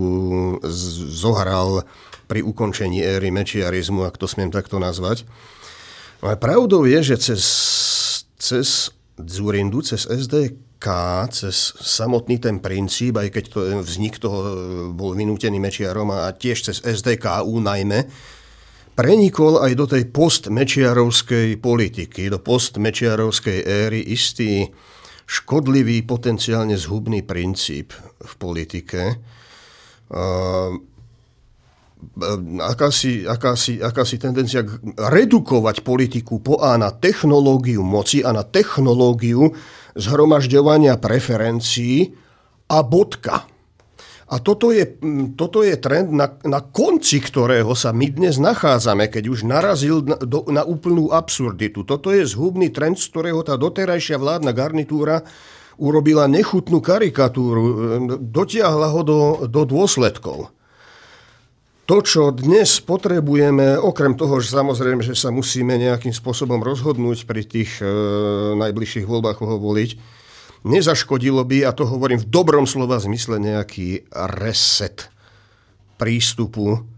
zohral pri ukončení éry mečiarizmu, ak to smiem takto nazvať. Ale pravdou je, že cez, cez Dzurindu, cez es dé ká, cez samotný ten princíp, aj keď to vznik toho bol vynútený Mečiarom a tiež cez es dé ká ú najmä, prenikol aj do tej postmečiarovskej politiky, do postmečiarovskej éry istý škodlivý, potenciálne zhubný princíp v politike. Akási, akási, akási tendencia redukovať politiku po A na technológiu moci a na technológiu zhromažďovania preferencií a bodka. A toto je, toto je trend, na, na konci ktorého sa my dnes nachádzame, keď už narazil na, do, na úplnú absurditu. Toto je zhubný trend, z ktorého tá doterajšia vládna garnitúra urobila nechutnú karikatúru, dotiahla ho do, do dôsledkov. To, čo dnes potrebujeme, okrem toho, že samozrejme, že sa musíme nejakým spôsobom rozhodnúť pri tých e, najbližších voľbách, koho voliť, nezaškodilo by, a to hovorím v dobrom slova zmysle, nejaký reset prístupu e,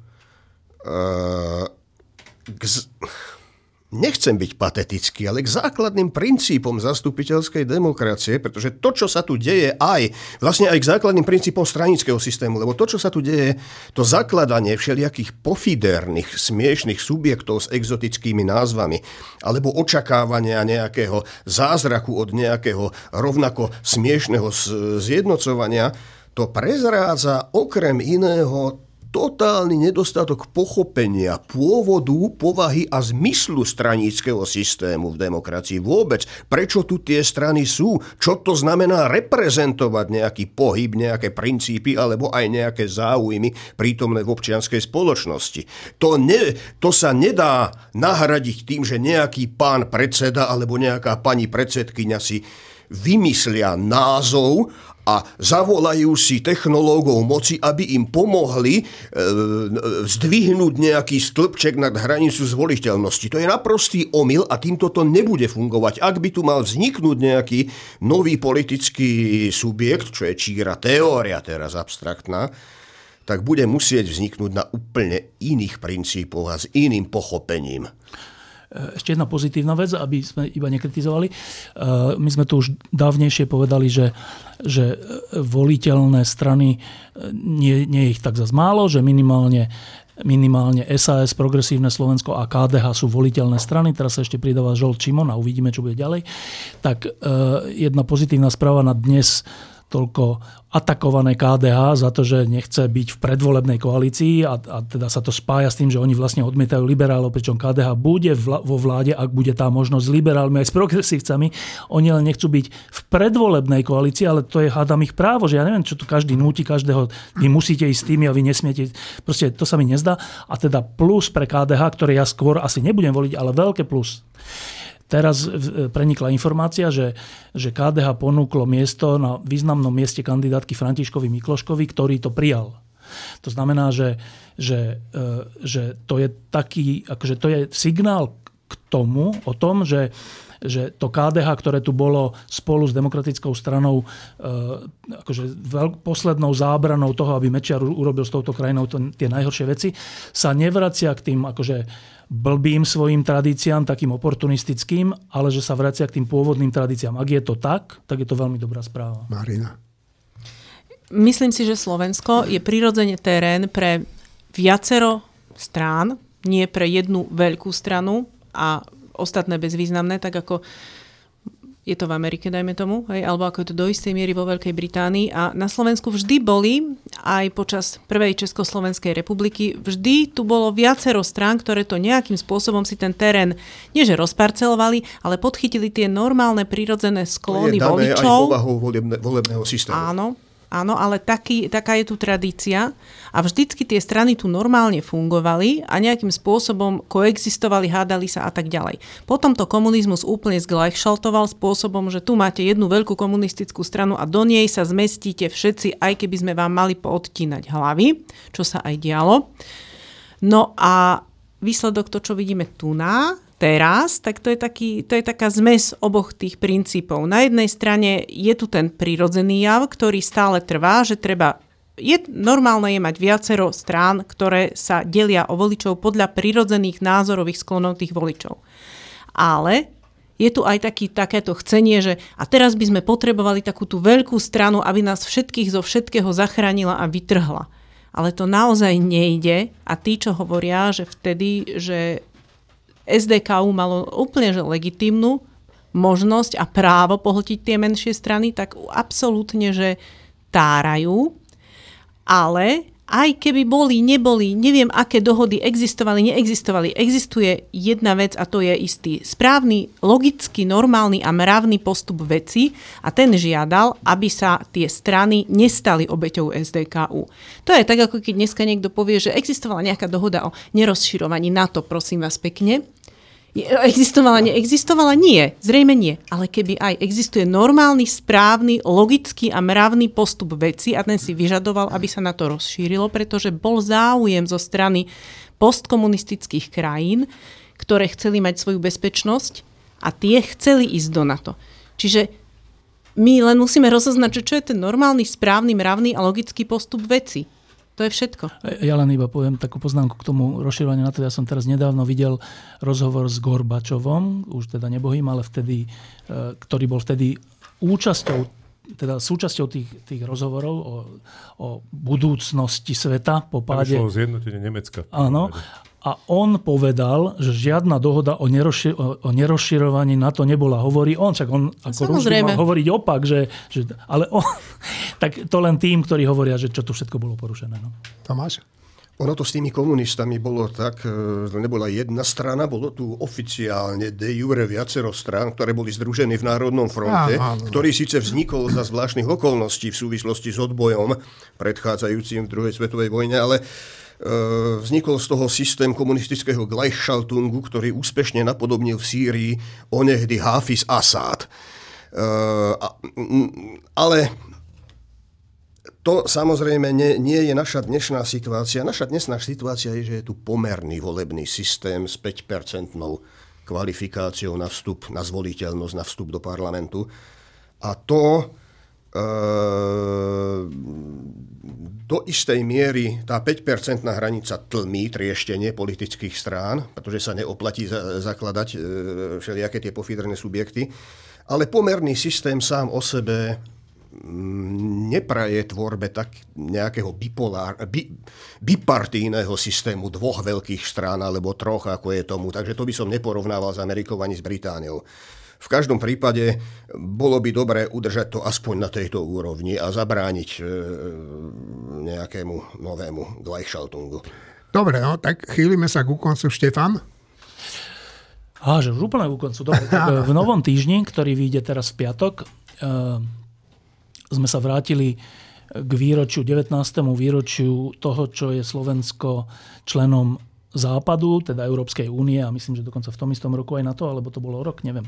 k... Z... Nechcem byť patetický, ale k základným princípom zastupiteľskej demokracie, pretože to, čo sa tu deje aj, vlastne aj k základným princípom stranického systému, lebo to, čo sa tu deje, to zakladanie všelijakých pofiderných, smiešných subjektov s exotickými názvami, alebo očakávania nejakého zázraku od nejakého rovnako smiešného zjednocovania, to prezrádza okrem iného totálny nedostatok pochopenia pôvodu, povahy a zmyslu straníckeho systému v demokracii vôbec. Prečo tu tie strany sú? Čo to znamená reprezentovať nejaký pohyb, nejaké princípy alebo aj nejaké záujmy prítomné v občianskej spoločnosti? To, ne, to sa nedá nahradiť tým, že nejaký pán predseda alebo nejaká pani predsedkyňa si vymyslia názov a zavolajú si technológov moci, aby im pomohli e, zdvihnúť nejaký stĺpček nad hranicu zvoliteľnosti. To je naprostý omyl a týmto to nebude fungovať. Ak by tu mal vzniknúť nejaký nový politický subjekt, čo je číra teória teraz abstraktná, tak bude musieť vzniknúť na úplne iných princípoch a s iným pochopením. ešte jedna pozitívna vec, aby sme iba nekritizovali. My sme tu už dávnejšie povedali, že, že voliteľné strany nie, nie je ich tak zas málo, že minimálne minimálne es a es, Progresívne Slovensko a ká dé há sú voliteľné strany, teraz sa ešte pridáva Žolt Šimon a uvidíme, čo bude ďalej. Tak jedna pozitívna správa na dnes toľko atakované ká dé há za to, že nechce byť v predvolebnej koalícii a, a teda sa to spája s tým, že oni vlastne odmietajú liberálov, pričom ká dé há bude vla, vo vláde, ak bude tá možnosť s liberálmi aj s progresívcami. Oni len nechcú byť v predvolebnej koalícii, ale to je, hádam, ich právo, že ja neviem, čo tu každý núti každého, vy musíte ísť s tými a vy nesmiete. Proste to sa mi nezdá. A teda plus pre ká dé há, ktoré ja skôr asi nebudem voliť, ale veľké plus. Teraz prenikla informácia, že, že ká dé há ponúklo miesto na významnom mieste kandidátky Františkovi Mikloškovi, ktorý to prijal. To znamená, že, že, že to je taký, akože to je signál k tomu, o tom, že, že to ká dé há, ktoré tu bolo spolu s Demokratickou stranou akože veľk, poslednou zábranou toho, aby Mečiar urobil s touto krajinou to, tie najhoršie veci, sa nevracia k tým akože blbým svojim tradíciám, takým oportunistickým, ale že sa vracia k tým pôvodným tradíciám. Ak je to tak, tak je to veľmi dobrá správa. Marina. Myslím si, že Slovensko je prirodzene terén pre viacero strán, nie pre jednu veľkú stranu a ostatné bezvýznamné, tak ako je to v Amerike, dajme tomu, hej, alebo ako je to do istej miery vo Veľkej Británii. A na Slovensku vždy boli, aj počas prvej Československej republiky, vždy tu bolo viacero strán, ktoré to nejakým spôsobom si ten terén, nie že rozparcelovali, ale podchytili tie normálne prírodzené sklony voličov. To je dané aj povahou volebne, volebného systému. Áno. Áno, ale taký, taká je tu tradícia a vždycky tie strany tu normálne fungovali a nejakým spôsobom koexistovali, hádali sa a tak ďalej. Potom to komunizmus úplne zglajšaltoval spôsobom, že tu máte jednu veľkú komunistickú stranu a do nej sa zmestíte všetci, aj keby sme vám mali poodtínať hlavy, čo sa aj dialo. No a výsledok, to, čo vidíme tu na teraz, tak to je, taký, to je taká zmes oboch tých princípov. Na jednej strane je tu ten prirodzený jav, ktorý stále trvá, že treba, je normálne je mať viacero strán, ktoré sa delia o voličov podľa prirodzených názorových sklonov tých voličov. Ale je tu aj taký, takéto chcenie, že a teraz by sme potrebovali takú tú veľkú stranu, aby nás všetkých zo všetkého zachránila a vytrhla. Ale to naozaj nejde a tí, čo hovoria, že vtedy, že es dé ká ú malo úplne že legitímnu možnosť a právo pohltiť tie menšie strany, tak absolútne, že tárajú. Ale aj keby boli, neboli, neviem, aké dohody existovali, neexistovali, existuje jedna vec a to je istý správny, logický, normálny a mravný postup veci a ten žiadal, aby sa tie strany nestali obeťou es dé ká ú. To je tak, ako keď dneska niekto povie, že existovala nejaká dohoda o nerozširovaní NATO, prosím vás pekne. Existovala, neexistovala? Nie, zrejme nie. Ale keby aj existuje normálny, správny, logický a mravný postup veci a ten si vyžadoval, aby sa na to rozšírilo, pretože bol záujem zo strany postkomunistických krajín, ktoré chceli mať svoju bezpečnosť a tie chceli ísť do NATO. Čiže my len musíme rozoznať, čo je ten normálny, správny, mravný a logický postup veci. To je všetko. Ja len iba poviem takú poznámku k tomu rozširovaniu na to. Ja som teraz nedávno videl rozhovor s Gorbačovom, už teda nebohým, ale vtedy, ktorý bol vtedy účasťou, teda súčasťou tých, tých rozhovorov o, o budúcnosti sveta po páde. Tam išlo o zjednotenie Nemecka. Áno. A on povedal, že žiadna dohoda o, nerozši- o nerozširovaní NATO nebola. Hovorí on, však on ako Rusky mal hovoriť opak, že, že, ale on, tak to len tým, ktorí hovoria, že čo tu všetko bolo porušené. No. Tomáš? Ono to s tými komunistami bolo tak, nebola jedna strana, bolo tu oficiálne de jure viacero strán, ktoré boli združené v Národnom fronte, áno, áno. ktorý síce vznikol za zvláštnych okolností v súvislosti s odbojom predchádzajúcim v druhej svetovej vojne, ale vznikol z toho systém komunistického Gleichschaltungu, ktorý úspešne napodobnil v Sýrii onehdy Hafiz Asad. Ale to samozrejme nie, nie je naša dnešná situácia. Naša dnešná situácia je, že je tu pomerný volebný systém s päť percentnou kvalifikáciou na vstup, na zvoliteľnosť, na vstup do parlamentu. A to do istej miery tá päťpercentná hranica tlmí trieštenie politických strán, pretože sa neoplatí za, zakladať e, všelijaké tie pofidrené subjekty, ale pomerný systém sám o sebe nepraje tvorbe tak nejakého bipolár, bi, bipartijného systému dvoch veľkých strán alebo troch, ako je tomu. Takže to by som neporovnával s Amerikou ani s Britániou. V každom prípade bolo by dobré udržať to aspoň na tejto úrovni a zabrániť e, nejakému novému Gleichschaltungu. Dobre, no, tak chýlime sa ku koncu. Štefan? Á, že už úplne ku koncu. Dobre, tak v novom týždni, ktorý vyjde teraz v piatok, e, sme sa vrátili k výročiu, devätnástému výročiu toho, čo je Slovensko členom Západu, teda Európskej únie, a myslím, že dokonca v tom istom roku aj na to, alebo to bolo rok, neviem.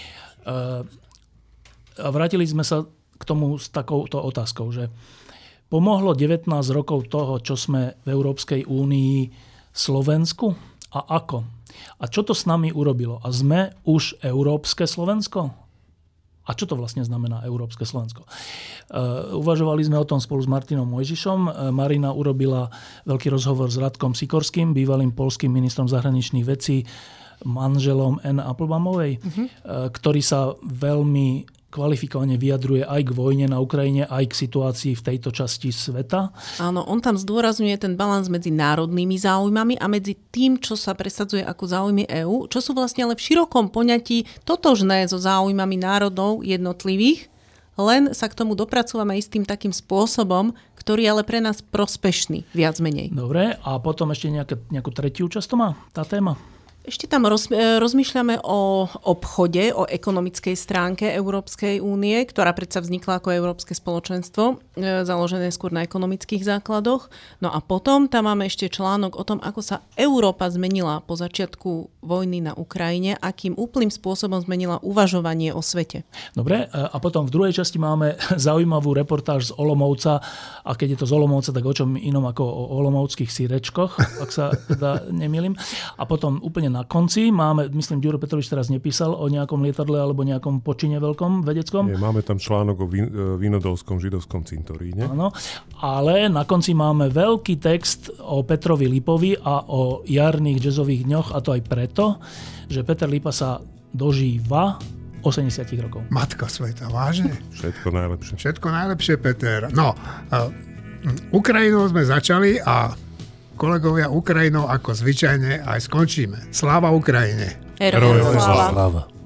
A vrátili sme sa k tomu s takouto otázkou, že pomohlo devätnásť rokov toho, čo sme v Európskej únii Slovensku, a ako? A čo to s nami urobilo? A sme už Európske Slovensko? A čo to vlastne znamená Európske Slovensko? Uh, uvažovali sme o tom spolu s Martinom Mojžišom. Uh, Marina urobila veľký rozhovor s Radkom Sikorským, bývalým poľským ministrom zahraničných vecí, manželom Anne Applebamovej, uh-huh. uh, ktorý sa veľmi kvalifikovane vyjadruje aj k vojne na Ukrajine, aj k situácii v tejto časti sveta. Áno, on tam zdôrazňuje ten balans medzi národnými záujmami a medzi tým, čo sa presadzuje ako záujmy EÚ, čo sú vlastne ale v širokom poňatí totožné so záujmami národov jednotlivých, len sa k tomu dopracúvame istým takým spôsobom, ktorý je ale pre nás prospešný, viac menej. Dobre, a potom ešte nejaké, nejakú tretiu časť to má tá téma? Ešte tam roz, rozmýšľame o obchode, o ekonomickej stránke Európskej únie, ktorá predsa vznikla ako Európske spoločenstvo, e, založené skôr na ekonomických základoch. No a potom tam máme ešte článok o tom, ako sa Európa zmenila po začiatku vojny na Ukrajine, akým úplným spôsobom zmenila uvažovanie o svete. Dobre, a potom v druhej časti máme zaujímavú reportáž z Olomouca, a keď je to z Olomouca, tak o čom inom ako o olomouckých sírečkoch, ak sa teda nemýlim. A potom úplne na konci máme, myslím, Ďuro Petrovič teraz nepísal o nejakom lietadle alebo nejakom počine veľkom vedeckom. Nie, máme tam článok o Vinodolskom židovskom cintoríne. Áno, ale na konci máme veľký text o Petrovi Lipovi a o jarných jazzových dňoch, a to aj preto, že Peter Lipa sa dožíva osemdesiat rokov. Matka sveta, vážne? Všetko najlepšie. Všetko najlepšie, Peter. No, uh, Ukrajinou sme začali a kolegovia, Ukrajinou ako zvyčajne aj skončíme. Sláva Ukrajine! Herojem sláva! Sláva.